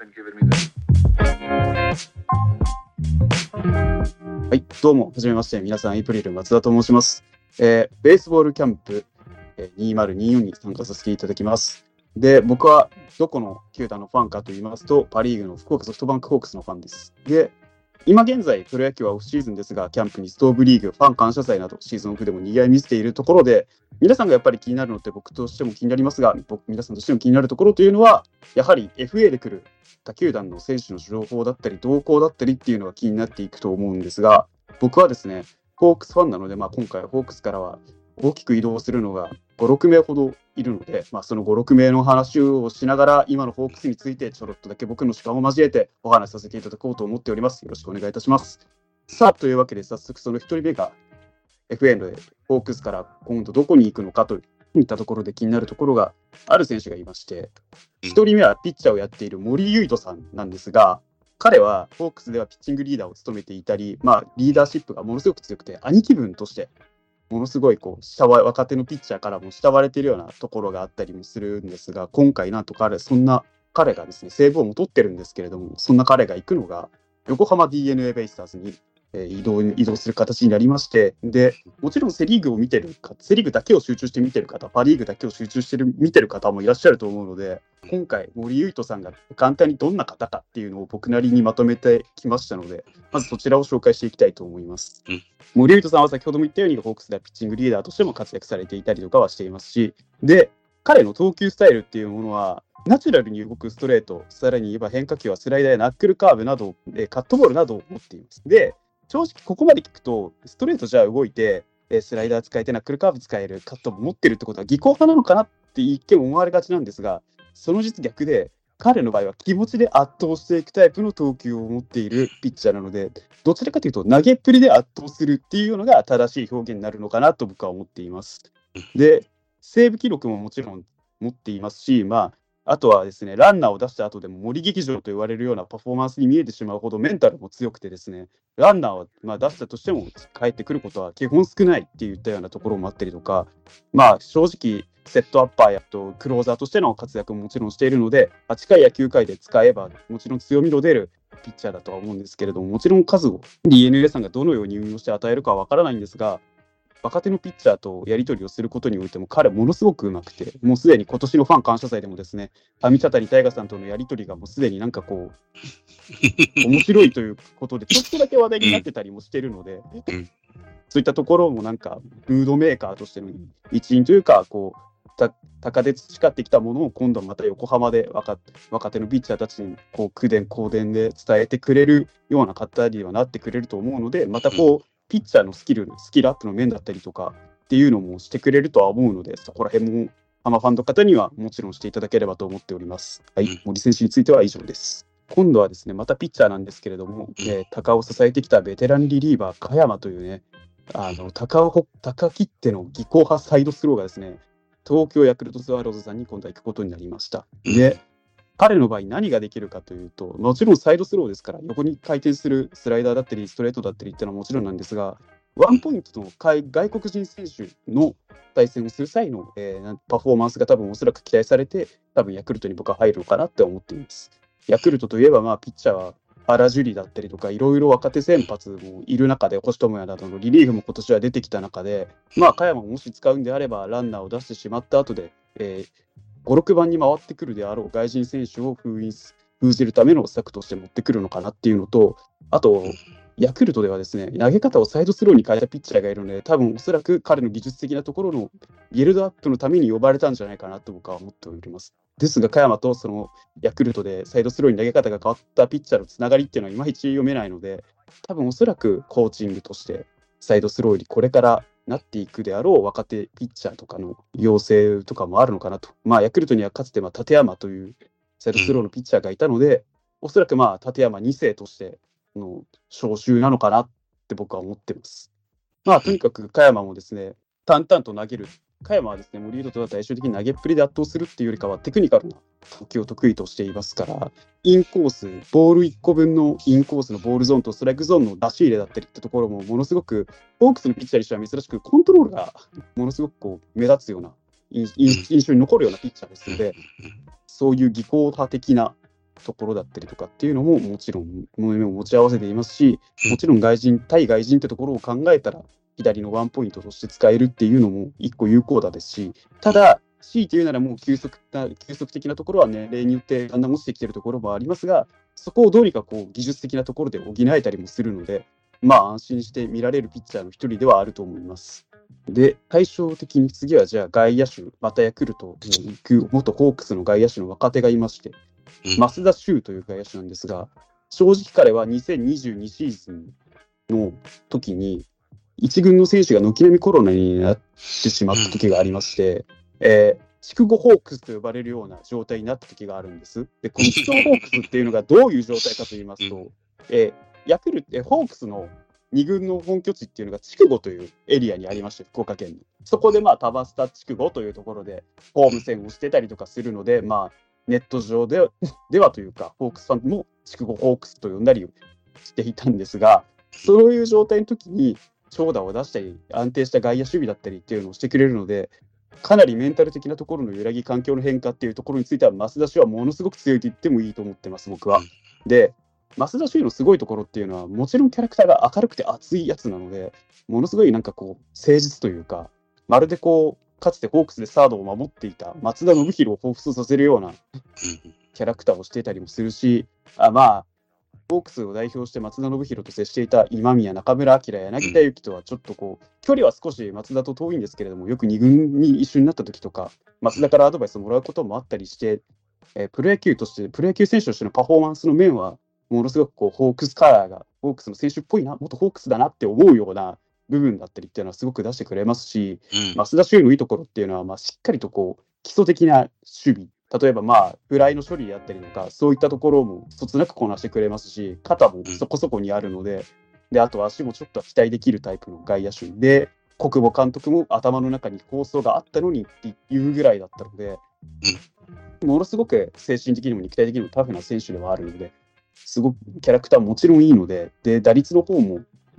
はい、どうも、はじめまして。皆さん、エイプリル松田と申します。ベースボールキャンプ2024に参加させていただきます。で、僕はどこの球団のファンかと言いますと、パ・リーグの福岡ソフトバンクホークスのファンです。で、今現在、プロ野球はオフシーズンですが、キャンプにストーブリーグ、ファン感謝祭など、シーズンオフでも賑わい見せているところで、皆さんがやっぱり気になるのって僕としても気になりますが、皆さんとしても気になるところというのは、やはり FA で来る他球団の選手の情報だったり、動向だったりっていうのが気になっていくと思うんですが、僕はですね、ホークスファンなので、今回ホークスからは大きく移動するのが5、6名ほどいるので、その5、6名の話をしながら、今のホークスについてちょろっとだけ僕の主観を交えてお話しさせていただこうと思っております。よろしくお願いいたします。さあ、というわけで早速その1人目が FA でホークスから今度どこに行くのかといったところで気になるところがある選手がいまして、1人目はピッチャーをやっている森唯斗さんなんですが、彼はホークスではピッチングリーダーを務めていたり、リーダーシップがものすごく強くて、兄貴分としてものすごい若手のピッチャーからも慕われているようなところがあったりもするんですが、今回なんとそんな彼がですね、セーブ王も取ってるんですけれども、そんな彼が行くのが横浜 DeNA ベイスターズに移動する形になりまして、でもちろんセ・リーグを見てるか、セ・リーグだけを集中して見てる方、パ・リーグだけを集中して見てる方もいらっしゃると思うので、今回森唯斗さんが簡単にどんな方かっていうのを僕なりにまとめてきましたので、まずそちらを紹介していきたいと思います。森唯斗さんは先ほども言ったようにホークスではピッチングリーダーとしても活躍されていたりとかはしていますし、で彼の投球スタイルっていうものはナチュラルに動くストレート、さらに言えば変化球はスライダーやナックルカーブなど、カットボールなどを持っています。で正直ここまで聞くとストレートじゃあ動いてスライダー使えてナックルカーブ使えるカットも持ってるってことは技巧派なのかなって一見思われがちなんですが、その実逆で彼の場合は気持ちで圧倒していくタイプの投球を持っているピッチャーなので、どちらかというと投げっぷりで圧倒するっていうのが正しい表現になるのかなと僕は思っています。でセーブ記録ももちろん持っていますし、あとはですね、ランナーを出した後でも森劇場と言われるようなパフォーマンスに見えてしまうほどメンタルも強くてですね、ランナーを出したとしても帰ってくることは基本少ないっていったようなところもあったりとか、正直セットアッパーやとクローザーとしての活躍ももちろんしているので、8回や9回で使えばもちろん強みの出るピッチャーだとは思うんですけれども、もちろん数を DeNA さんがどのように運用して与えるかは分からないんですが、若手のピッチャーとやり取りをすることにおいても彼ものすごくうまくて、もうすでに今年のファン感謝祭でもですね、上茶谷大河さんとのやり取りがもうすでに面白いということでちょっとだけ話題になってたりもしているので、そういったところもムードメーカーとしての一員というか、高で培ってきたものを今度また横浜で若手のピッチャーたちに口伝口伝で伝えてくれるような方にはなってくれると思うので、またピッチャーのスキルアップの面だったりとかっていうのもしてくれるとは思うので、そこら辺も浜ファンの方にはもちろんしていただければと思っております。はい、森選手については以上です。今度はですね、またピッチャーなんですけれども、高尾を支えてきたベテランリリーバー加山というね、高切手の技巧派サイドスローがですね、東京ヤクルトスワローズさんに今度は行くことになりました。で彼の場合何ができるかというと、もちろんサイドスローですから横に回転するスライダーだったりストレートだったりっていうのはもちろんなんですが、ワンポイントの外国人選手の対戦をする際の、パフォーマンスが多分おそらく期待されて、多分ヤクルトに僕は入るのかなって思っています。ヤクルトといえばピッチャーは原樹里だったりとかいろいろ若手先発もいる中で、星智也などのリリーフも今年は出てきた中で、加山ももし使うんであればランナーを出してしまった後で、5、6番に回ってくるであろう外人選手を封じるための策として持ってくるのかなっていうのと、あとヤクルトではですね、投げ方をサイドスローに変えたピッチャーがいるので、多分おそらく彼の技術的なところのビルドアップのために呼ばれたんじゃないかなと僕は思っております。ですが加山とそのヤクルトでサイドスローに投げ方が変わったピッチャーのつながりっていうのはいまいち読めないので、多分おそらくコーチングとしてサイドスローにこれからなっていくであろう若手ピッチャーとかの養成とかもあるのかなと。ヤクルトにはかつて立山というサイドスローのピッチャーがいたので、おそらく立山2世としての招集なのかなって僕は思ってます。とにかく加山もですね、淡々と投げる。加山はですね、森唯斗とは対照的に投げっぷりで圧倒するっていうよりかはテクニカルな投球を得意としていますから、インコース、ボール1個分のインコースのボールゾーンとストライクゾーンの出し入れだったりってところもものすごく、ホークスのピッチャーにしては珍しくコントロールがものすごく目立つような印象に残るようなピッチャーですので、そういう技巧派的なところだったりとかっていうのももちろん持ち合わせていますし、もちろん対外人ってところを考えたら左のワンポイントとして使えるっていうのも一個有効だですし、ただ強いて言うならもう急速的なところは年齢によってだんだん落ちてきているところもありますが、そこをどうにかこう技術的なところで補えたりもするので、まあ安心して見られるピッチャーの一人ではあると思います。で、対照的に次はじゃあ外野手、またヤクルトに行く元ホークスの外野手の若手がいまして、増田修という外野手なんですが、正直彼は2022シーズンの時に、一軍の選手が軒並みコロナになってしまった時がありまして、筑後ホークスと呼ばれるような状態になった時があるんです。で、この筑後ホークスっていうのがどういう状態かと言いますと、ヤクルト、ホークスの2軍の本拠地っていうのが筑後というエリアにありまして、福岡県に。そこでタバスタ筑後というところでホーム戦をしてたりとかするので、ネット上ではというか、ホークスファンも筑後ホークスと呼んだりしていたんですが、そういう状態の時に長打を出したり、安定した外野守備だったりっていうのをしてくれるので、かなりメンタル的なところの揺らぎ、環境の変化っていうところについては、増田氏はものすごく強いと言ってもいいと思ってます、僕は。で、増田氏のすごいところっていうのは、もちろんキャラクターが明るくて熱いやつなので、ものすごい誠実というか、まるでかつてホークスでサードを守っていた松田宣浩を彷彿させるようなキャラクターをしていたりもするし、ホークスを代表して松田宣浩と接していた今宮、中村晃、柳田悠岐とはちょっと距離は少し松田と遠いんですけれども、よく2軍に一緒になった時とか、松田からアドバイスをもらうこともあったりして、プロ野球選手としてのパフォーマンスの面は、ものすごくホークスカラーが、ホークスの選手っぽいな、元ホークスだなって思うような部分だったりっていうのはすごく出してくれますし、増田修のいいところっていうのは、しっかりと基礎的な守備、例えばフライの処理であったりとか、そういったところもそつなくこなしてくれますし、肩もそこそこにあるので、あと足もちょっと期待できるタイプの外野手で、国母監督も頭の中に構想があったのにっていうぐらいだったので、ものすごく精神的にも肉体的にもタフな選手ではあるので、すごくキャラクターももちろんいいので、打率の方も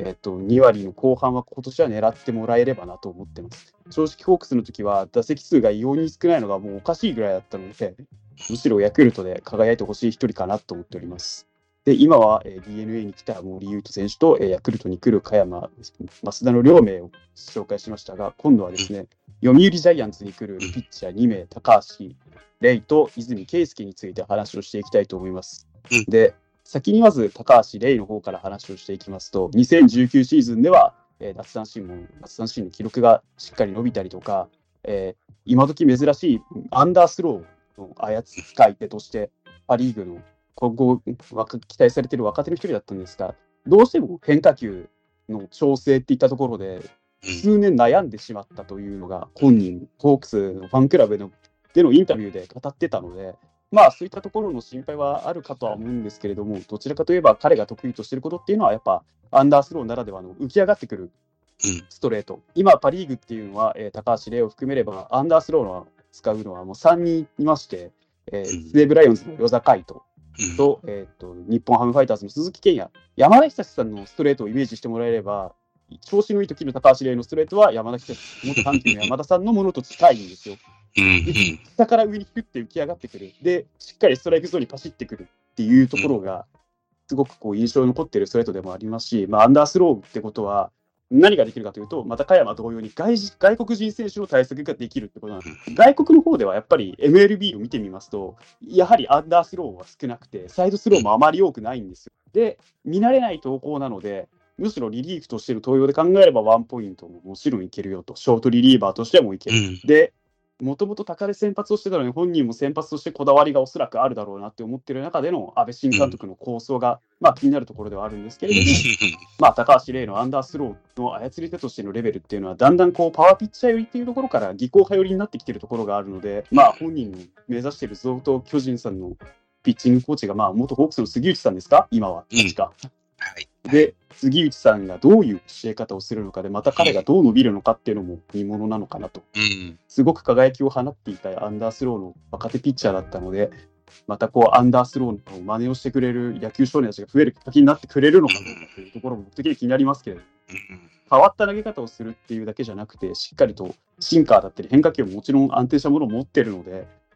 2割の後半は今年は狙ってもらえればなと思ってます。正直ホークスの時は打席数が異様に少ないのがもうおかしいぐらいだったので、むしろヤクルトで輝いてほしい一人かなと思っております。で、今は DNA に来た森優斗選手とヤクルトに来る加山、増田の両名を紹介しましたが、今度はですね、読売ジャイアンツに来るピッチャー2名、高橋礼と泉圭介について話をしていきたいと思います。で、先にまず高橋礼の方から話をしていきますと、2019シーズンでは、奪三振の記録がしっかり伸びたりとか、今時珍しいアンダースローの使い手としてパ・リーグの今後期待されている若手の一人だったんですが、どうしても変化球の調整っていったところで数年悩んでしまったというのが本人、ホークスのファンクラブでのインタビューで語ってたので、そういったところの心配はあるかとは思うんですけれども、どちらかといえば彼が得意としていることっていうのはやっぱアンダースローならではの浮き上がってくるストレート。今パ・リーグっていうのは、高橋礼を含めればアンダースローの使うのはもう3人いまして、西武ライオンズの與座海斗と、日本ハムファイターズの鈴木健也、山田久志さんのストレートをイメージしてもらえれば、調子のいい時の高橋礼のストレートは山田久志、元阪急の山田さんのものと近いんですよ。下から上にヒュッて浮き上がってくる。で、しっかりストライクゾーンにパシってくるっていうところが、すごく印象に残っているストレートでもありますし、アンダースローってことは、何ができるかというと、また加山同様に外国人選手の対策ができるってことなんです。外国の方ではやっぱり MLB を見てみますと、やはりアンダースローは少なくて、サイドスローもあまり多くないんですよ。で、見慣れない投稿なので、むしろリリーフとしての投与で考えればワンポイントももちろんいけるよと、ショートリリーバーとしてもいける。で、もともと高で先発をしてたのに、本人も先発としてこだわりがおそらくあるだろうなって思ってる中での安倍新監督の構想が、気になるところではあるんですけれども、高橋礼のアンダースローの操り手としてのレベルっていうのは、だんだんパワーピッチャー寄りっていうところから技巧派寄りになってきてるところがあるので、本人の目指している贈答巨人さんのピッチングコーチが、元ホークスの杉内さんですか、今は。確か。で、杉内さんがどういう教え方をするのかで、また彼がどう伸びるのかっていうのも見ものなのかなと。すごく輝きを放っていたアンダースローの若手ピッチャーだったので、またアンダースローの真似をしてくれる野球少年たちが増えるきっかけになってくれるのかどうかというところも僕的に気になりますけれども、変わった投げ方をするっていうだけじゃなくて、しっかりとシンカーだったり変化球ももちろん安定したものを持っているので、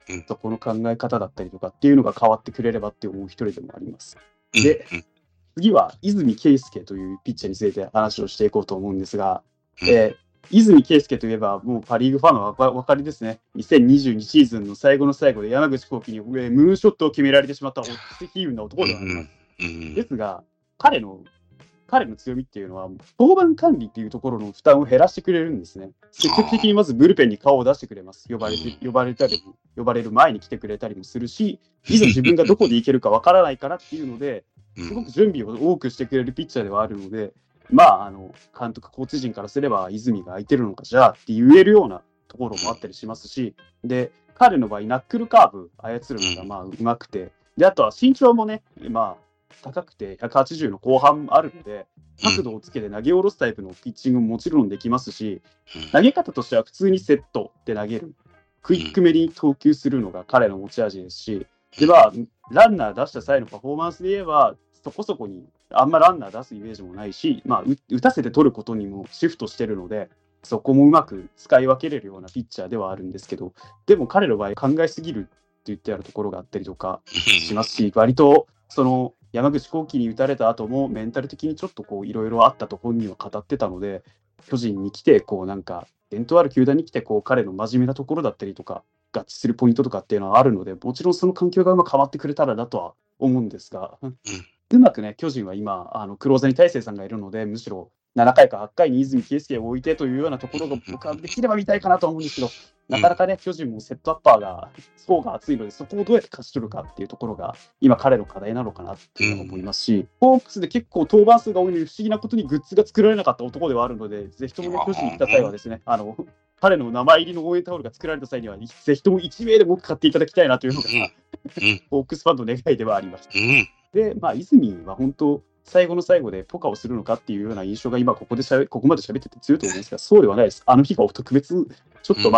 そこの考え方だったりとかっていうのが変わってくれればって思う一人でもあります。で、次は泉圭介というピッチャーについて話をしていこうと思うんですが、泉圭介といえば、もうパ・リーグファンのお分かりですね。2022シーズンの最後の最後で山口航輝にムーンショットを決められてしまった落ち着な男ではあります。ですが、彼の強みっていうのは、登板管理っていうところの負担を減らしてくれるんですね。積極的にまずブルペンに顔を出してくれます。呼ばれる前に来てくれたりもするし、いざ自分がどこで行けるかわからないからっていうので、すごく準備を多くしてくれるピッチャーではあるので、監督、コーチ陣からすれば、泉が空いてるのか、じゃあって言えるようなところもあったりしますし、で、彼の場合、ナックルカーブ操るのがうまくて、で、あとは身長もね、高くて180の後半あるので、角度をつけて投げ下ろすタイプのピッチングももちろんできますし、投げ方としては普通にセットで投げる、クイックめに投球するのが彼の持ち味ですし、でランナー出した際のパフォーマンスで言えば、そこそこにあんまランナー出すイメージもないし、打たせて取ることにもシフトしてるので、そこもうまく使い分けれるようなピッチャーではあるんですけど、でも彼の場合考えすぎるって言ってあるところがあったりとかしますし、割とその山口航輝に打たれた後もメンタル的にちょっといろいろあったと本人は語ってたので、巨人に来て伝統ある球団に来て彼の真面目なところだったりとか合致するポイントとかっていうのはあるので、もちろんその環境がうまく変わってくれたらなとは思うんですが、うまくね、巨人は今クローザーに大勢さんがいるので、むしろ7回か8回に泉圭介を置いてというようなところが僕はできれば見たいかなと思うんですけど、なかなかね、巨人もセットアッパーが層が厚いので、そこをどうやって勝ち取るかっていうところが今彼の課題なのかなっていうのは思いますし、ホークスで結構登板数が多いのに不思議なことにグッズが作られなかった男ではあるので、ぜひともね、巨人に来た際はですね、彼の名前入りの応援タオルが作られた際には、ぜひとも1名でも多く買っていただきたいなというのが、ホークスファンの願いではあります。で、泉は本当、最後の最後でポカをするのかっていうような印象が今ここまで喋ってて強いと思いますが、そうではないです。あの日が特別、ちょっと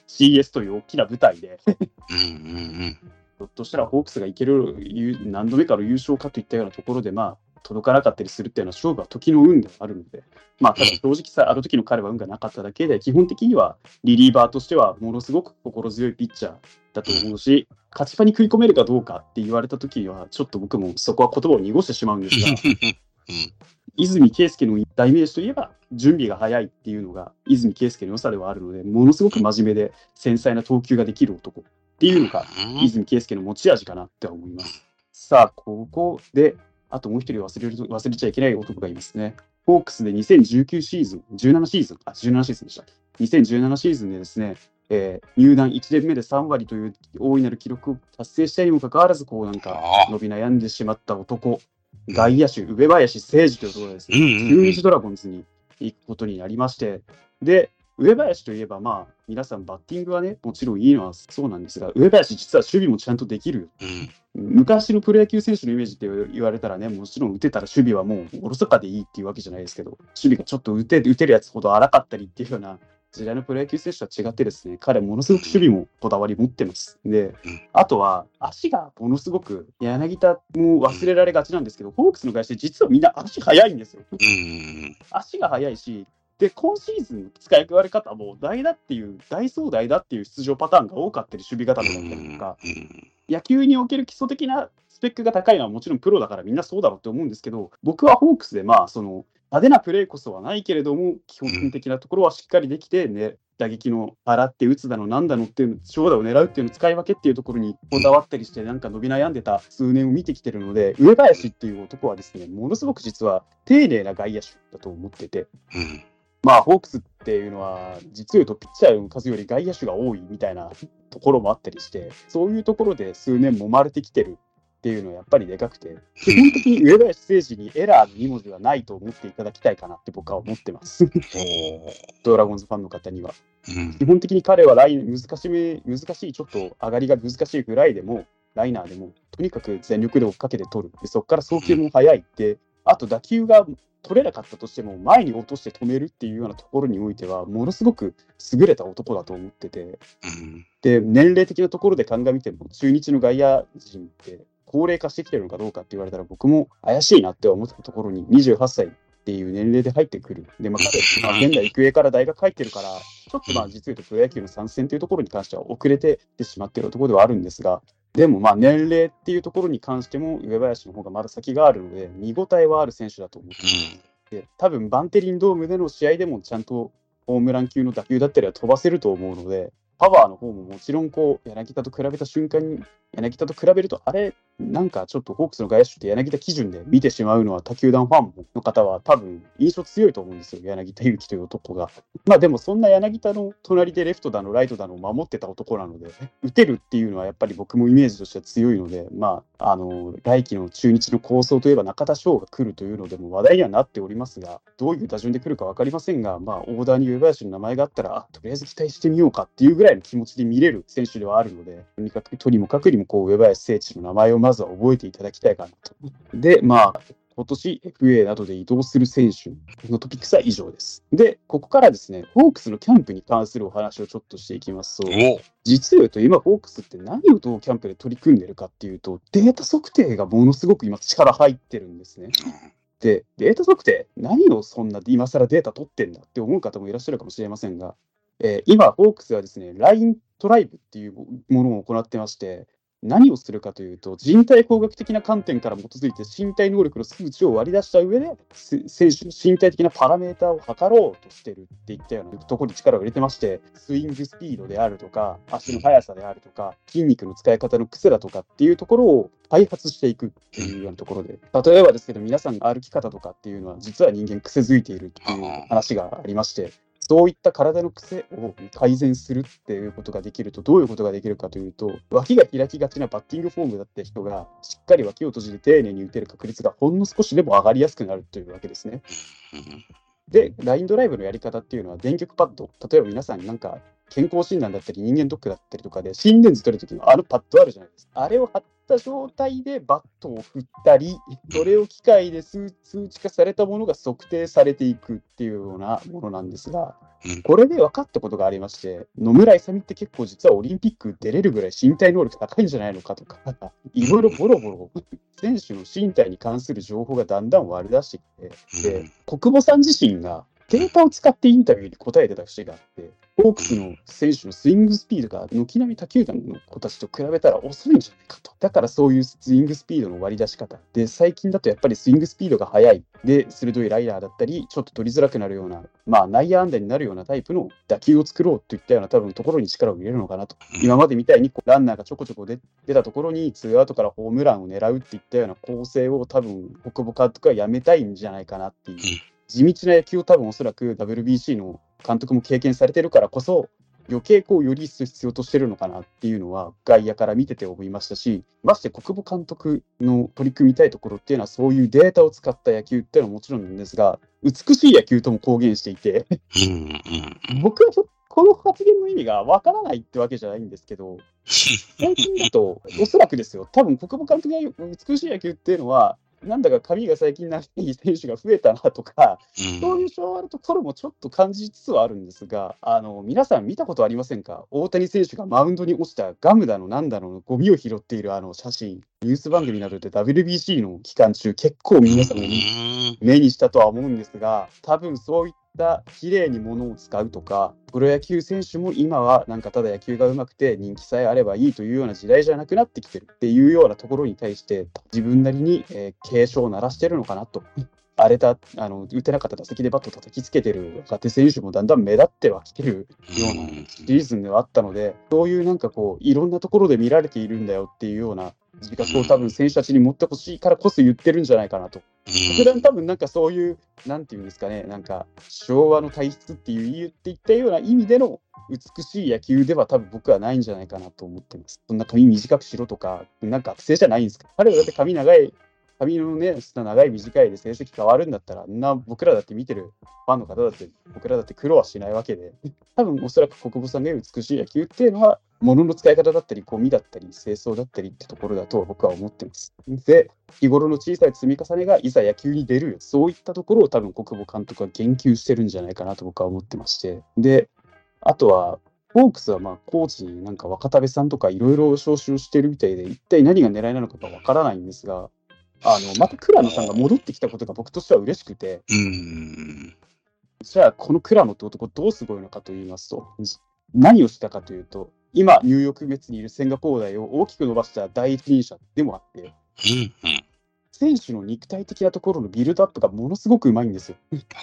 CS という大きな舞台で、ひょっとしたらホークスがいける何度目かの優勝かといったようなところで、届かなかったりするっていうのは勝負は時の運ではあるので、ただ正直あの時の彼は運がなかっただけで、基本的にはリリーバーとしてはものすごく心強いピッチャーだと思うし、勝ちパに食い込めるかどうかって言われた時には、ちょっと僕もそこは言葉を濁してしまうんですが、泉圭介の代名詞といえば、準備が早いっていうのが泉圭介の良さではあるので、ものすごく真面目で繊細な投球ができる男っていうのが、泉圭介の持ち味かなって思います。さあ、ここで、あともう一人忘れちゃいけない男がいますね。ホークスで2019シーズン、17シーズンでした。2017シーズンでですね、入団1年目で3割という大いなる記録を達成したにもかかわらず、伸び悩んでしまった男、外野手、上林誠司というところがですね、中日ドラゴンズに行くことになりまして、で、上林といえば、皆さんバッティングはね、もちろんいいのはそうなんですが、上林実は守備もちゃんとできる。昔のプロ野球選手のイメージって言われたらね、もちろん打てたら守備はもうおろそかでいいっていうわけじゃないですけど、守備がちょっと打てるやつほど荒かったりっていうような時代のプロ野球選手とは違ってですね、彼ものすごく守備もこだわり持ってます。で、あとは足がものすごく、柳田も忘れられがちなんですけど、ホークスの外野手実はみんな足速いんですよ。足が速いし、で、今シーズン使い分け方も代走代打っていう出場パターンが多かったり、守備固めだったりとか、野球における基礎的なスペックが高いのはもちろんプロだからみんなそうだろうと思うんですけど、僕はホークスでその派手なプレーこそはないけれども、基本的なところはしっかりできて、ね、打撃の洗って打つだのなんだのっていう長打を狙うっていうの使い分けっていうところにこだわったりして伸び悩んでた数年を見てきてるので、上林っていう男はですね、ものすごく実は丁寧な外野手だと思ってて、ホークスっていうのは実を言うとピッチャーの数より外野手が多いみたいなところもあったりして、そういうところで数年揉まれてきてるっていうのはやっぱりでかくて、基本的に上林誠司にエラーの2文字はないと思っていただきたいかなって僕は思ってます。ドラゴンズファンの方には。基本的に彼は難しい、ちょっと上がりが難しいフライでも、ライナーでも、とにかく全力で追っかけて取る。でそこから送球も速いって、あと打球が取れなかったとしても、前に落として止めるっていうようなところにおいては、ものすごく優れた男だと思ってて、で、年齢的なところで鑑みても、中日の外野陣って高齢化してきてるのかどうかって言われたら、僕も怪しいなって思ったところに、28歳っていう年齢で入ってくる。で、彼、現代育英から大学入ってるから、ちょっと実を言うとプロ野球の参戦というところに関しては遅れてってしまっているところではあるんですが、でも年齢っていうところに関しても上林の方がまだ先があるので、見応えはある選手だと思っています。で、多分バンテリンドームでの試合でもちゃんとホームラン級の打球だったりは飛ばせると思うので、パワーの方ももちろん柳田と比べた瞬間に、柳田と比べると、あれ、なんかちょっとホークスの外野手って柳田基準で見てしまうのは他球団ファンの方は多分印象強いと思うんですよ、柳田悠岐という男が。でもそんな柳田の隣でレフトだのライトだのを守ってた男なので、打てるっていうのはやっぱり僕もイメージとしては強いので、来季の中日の構想といえば中田翔が来るというのでも話題にはなっておりますが、どういう打順で来るか分かりませんが、オーダーに上林の名前があったら、とりあえず期待してみようかっていうぐらいの気持ちで見れる選手ではあるので、とにかくとにもかくにも上林聖地の名前をまずは覚えていただきたいかなと。で、今年 FA などで移動する選手のトピックスは以上です。で、ここからですね、ホークスのキャンプに関するお話をちょっとしていきますと、実を言うと今ホークスって何をどうキャンプで取り組んでるかっていうと、データ測定がものすごく今力入ってるんですね。で、データ測定、何をそんな今更データ取ってんだって思う方もいらっしゃるかもしれませんが、今、ホークスはですね、ライントライブっていうものを行ってまして、何をするかというと、人体工学的な観点から基づいて身体能力の数値を割り出した上で、選手の身体的なパラメーターを測ろうとしてるっていったようなところに力を入れてまして、スイングスピードであるとか、足の速さであるとか、筋肉の使い方の癖だとかっていうところを開発していくっていうようなところで、例えばですけど、皆さんの歩き方とかっていうのは、実は人間癖づいているっていう話がありまして、そういった体の癖を改善するっていうことができると、どういうことができるかというと、脇が開きがちなバッティングフォームだった人が、しっかり脇を閉じて丁寧に打てる確率がほんの少しでも上がりやすくなるというわけですね。で、ラインドライブのやり方っていうのは、電極パッド、例えば皆さんなんか、健康診断だったり、人間ドックだったりとかで、心電図取るときのパッドあるじゃないですか。あれを貼った状態でバットを振ったり、それを機械で数値化されたものが測定されていくっていうようなものなんですが、これで分かったことがありまして、野村勇って結構実はオリンピック出れるぐらい身体能力高いんじゃないのかとか、いろいろボロボロ選手の身体に関する情報がだんだん割り出してきて、で、国保さん自身がデータを使ってインタビューに答えてた節があって、ホークスの選手のスイングスピードが軒並み他球団の子たちと比べたら遅いんじゃないかと。だからそういうスイングスピードの割り出し方。で、最近だとやっぱりスイングスピードが速い。で、鋭いライナーだったり、ちょっと取りづらくなるような、内野安打になるようなタイプの打球を作ろうといったような多分ところに力を入れるのかなと。今までみたいにランナーがちょこちょこ出たところにツーアウトからホームランを狙うっていったような構成を多分、国母監督はやめたいんじゃないかなっていう。地道な野球を多分おそらく WBC の監督も経験されてるからこそ、余計より一層必要としてるのかなっていうのは外野から見てて思いましたし、まして国母監督の取り組みたいところっていうのはそういうデータを使った野球っていうのはもちろんなんですが、美しい野球とも公言していて僕はこの発言の意味がわからないってわけじゃないんですけど、最近だとおそらくですよ、多分国母監督が言う美しい野球っていうのはなんだか髪が最近長い選手が増えたなとか、そういう昭和のところもちょっと感じつつはあるんですが、皆さん見たことありませんか？大谷選手がマウンドに落ちたガムだのなんだのゴミを拾っている写真、ニュース番組などで WBC の期間中、結構皆さんも目にしたとは思うんですが、多分そういった綺麗に物を使うとか、プロ野球選手も今はなんかただ野球が上手くて人気さえあればいいというような時代じゃなくなってきてるっていうようなところに対して自分なりに警鐘を鳴らしてるのかなと。打てなかった打席でバット叩きつけてる若手選手もだんだん目立ってはきてるようなシーズンではあったので、そういうなんかいろんなところで見られているんだよっていうような自覚を多分選手たちに持ってほしいからこそ言ってるんじゃないかなと。普段多分なんかそういうなんていうんですかね、なんか昭和の体質って言っていったような意味での美しい野球では多分僕はないんじゃないかなと思ってます。そんな髪短くしろとか、なんか学生じゃないんですか。彼はだって髪のね、長い短いで成績変わるんだったら、僕らだって見てるファンの方だって、僕らだって苦労はしないわけで、多分おそらく国母さんが言う美しい野球っていうのは、物の使い方だったり、ゴミだったり、清掃だったりってところだと僕は思ってます。で、日頃の小さい積み重ねがいざ野球に出る、そういったところを多分国母監督は言及してるんじゃないかなと僕は思ってまして、で、あとは、ホークスはコーチになんか若田部さんとかいろいろ招集してるみたいで、一体何が狙いなのかわからないんですが、 また倉野さんが戻ってきたことが僕としては嬉しくて、じゃあこの倉野って男どうすごいのかと言いますと、何をしたかというと、今ニューヨークメッツにいる千賀滉大を大きく伸ばした第一人者でもあって、選手の肉体的なところのビルドアップがものすごくうまいんですよ。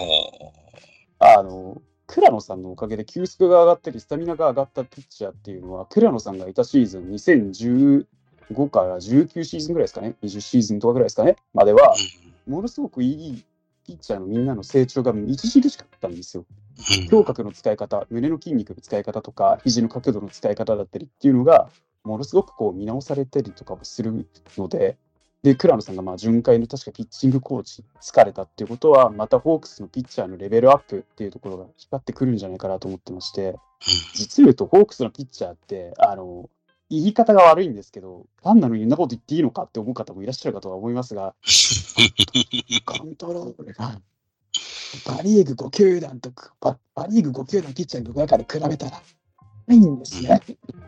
倉野さんのおかげで球速が上がったり、スタミナが上がったピッチャーっていうのは、倉野さんがいたシーズン、2015から19シーズンぐらいですかね、20シーズンとかぐらいですかね、までは、ものすごくいいピッチャーのみんなの成長が著しかったんですよ。胸郭の使い方、胸の筋肉の使い方とか、肘の角度の使い方だったりっていうのが、ものすごくこう見直されたりとかもするので、で、倉野さんが巡回の確かピッチングコーチ疲れたっていうことは、またホークスのピッチャーのレベルアップっていうところが光ってくるんじゃないかなと思ってまして、実言うとホークスのピッチャーって、言い方が悪いんですけど、ファンなのにそんなこと言っていいのかって思う方もいらっしゃるかとは思いますが、コントロールがパ・リーグ5球団とパリーグ5球団ピッチャーの中で比べたらないんですね。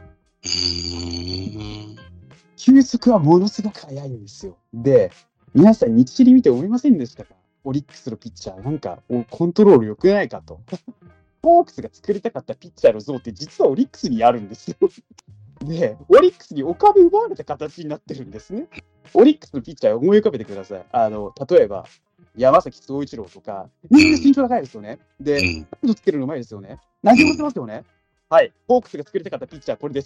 球速はものすごく速いんですよ。で、皆さん日知り見て思いませんでしたか？オリックスのピッチャー、なんかコントロール良くないかと。ホークスが作りたかったピッチャーの像って実はオリックスにあるんですよ。で、オリックスにお金奪われた形になってるんですね。オリックスのピッチャーを思い浮かべてください。例えば、山崎総一郎とか、みんな身長高いですよね。で、角度つけるのうまいですよね。投げますよね。はい。ホークスが作りたかったピッチャー、これです。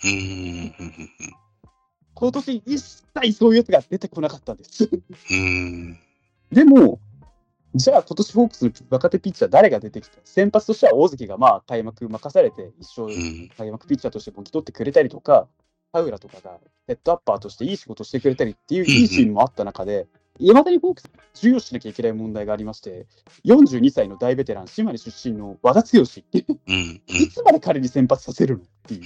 今年一切そういうやつが出てこなかったんです。でも、じゃあ今年ホークスの若手ピッチャー誰が出てきた？先発としては大関が開幕任されて一生開幕ピッチャーとしてもぎ取ってくれたりとか、田浦とかがセットアッパーとしていい仕事してくれたりっていういいシーンもあった中で、いまだにホークス重要しなきゃいけない問題がありまして、42歳の大ベテラン、島根出身の和田剛、いつまで彼に先発させるのっていう、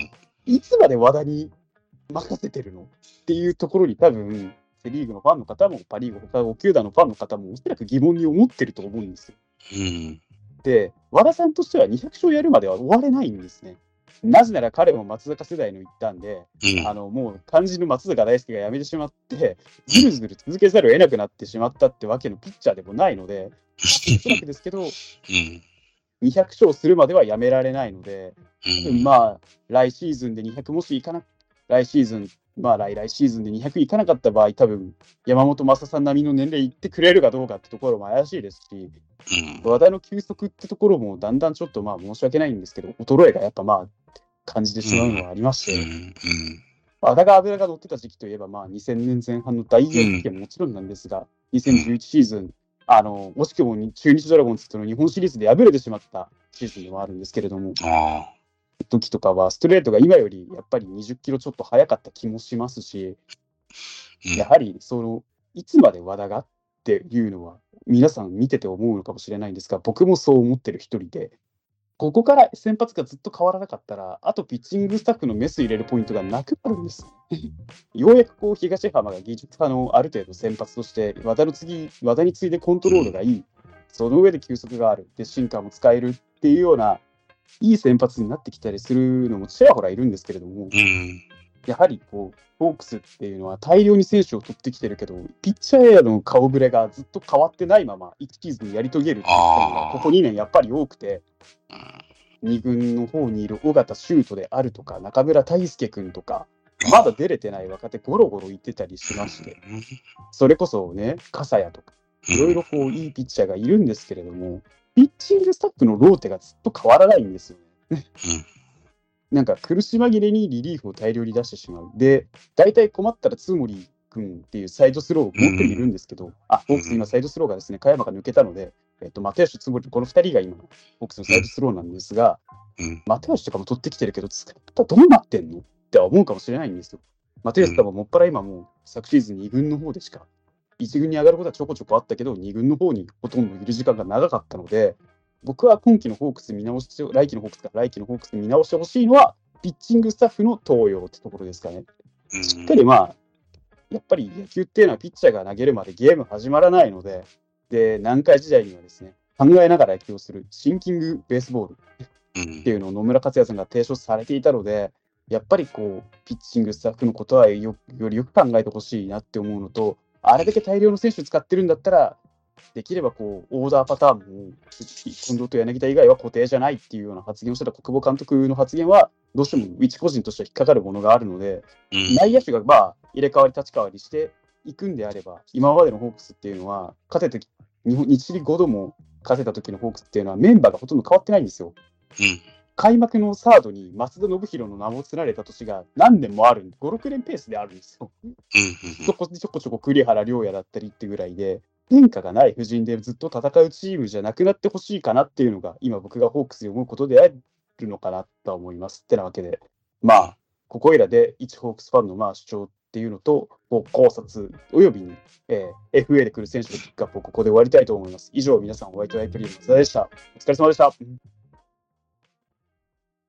いつまで和田に任せてるのっていうところに多分、セ・リーグのファンの方もパ・リーグ他5球団のファンの方もおそらく疑問に思ってると思うんですよ。で、和田さんとしては200勝やるまでは終われないんですね。なぜなら彼も松坂世代の一端で、もう肝心の松坂大輔が辞めてしまって、ずるずる続けざるを得なくなってしまったってわけのピッチャーでもないので、おそらくですけど、200勝するまではやめられないので、来シーズンで200もしいかな、来シーズン、来シーズンで200いかなかった場合、多分山本昌さん並みの年齢いってくれるかどうかってところも怪しいですし、和田の球速ってところもだんだんちょっと申し訳ないんですけど、衰えがやっぱ感じてしまうのはありまして、和田が脂が乗ってた時期といえば、2000年前半の大逆転ももちろんなんですが、2011シーズン、惜しくも中日ドラゴンズとの日本シリーズで敗れてしまったシーズンでもあるんですけれども、時とかはストレートが今よりやっぱり20キロちょっと速かった気もしますし、やはりいつまで和田がっていうのは皆さん見てて思うのかもしれないんですが、僕もそう思ってる一人で、ここから先発がずっと変わらなかったら、あとピッチングスタッフのメス入れるポイントがなくなるんです。ようやく東浜が技術派のある程度先発として、和田に次いでコントロールがいい、その上で球速がある、でシンカーも使えるっていうようないい先発になってきたりするのもちらほらいるんですけれども、やはりホークスっていうのは大量に選手を取ってきてるけど、ピッチャーへの顔ぶれがずっと変わってないまま1シーズンやり遂げるっていうのがここ2年やっぱり多くて、2軍の方にいる尾形修斗であるとか、中村大輔君とか、まだ出れてない若手ゴロゴロいってたりしまして、それこそね、笠谷とか、いろいろいいピッチャーがいるんですけれども、ピッチングスタッフのローテがずっと変わらないんですよね。なんか苦し紛れにリリーフを大量に出してしまう。で、大体困ったら津森君っていうサイドスローを持っているんですけど、ホークス今サイドスローがですね、加山が抜けたので、又吉、津森、この2人が今、ホークスのサイドスローなんですが、又吉とかも取ってきてるけど、使い方どうなってんのって思うかもしれないんですよ。又吉とかもっぱら今もう昨シーズン2軍の方でしか、1軍に上がることはちょこちょこあったけど、2軍の方にほとんどいる時間が長かったので、僕は今季のホークス見直して、来季のホークス見直してほしいのは、ピッチングスタッフの登用ってところですかね。しっかりやっぱり野球っていうのはピッチャーが投げるまでゲーム始まらないので、南海時代にはですね、考えながら野球をするシンキングベースボールっていうのを野村克也さんが提唱されていたので、 やっぱりこう、ピッチングスタッフのことはよりよく考えてほしいなって思うのと、あれだけ大量の選手使ってるんだったら、できればこう、オーダーパターンも、近藤と柳田以外は固定じゃないっていうような発言をした国保監督の発言は、どうしても一個人としては引っかかるものがあるので、内野手がまあ入れ替わり立ち替わりしていくんであれば、今までのホークスっていうのは、勝てて、日知5度も勝てた時のホークスっていうのはメンバーがほとんど変わってないんですよ。開幕のサードに松田宣浩の名も連なれた年が何年もあるんで、5、6年ペースであるんですよ。そこでちょこちょこ栗原良也だったりってぐらいで、変化がない布陣でずっと戦うチームじゃなくなってほしいかなっていうのが、今僕がホークスで思うことであるのかなとは思いますってなわけで、まあ、ここいらで一ホークスファンのまあ主張っていうのと、考察およびに、FA で来る選手のピックアップをここで終わりたいと思います。以上、皆さん、ホワイトアイプリーの松田でした。お疲れ様でした。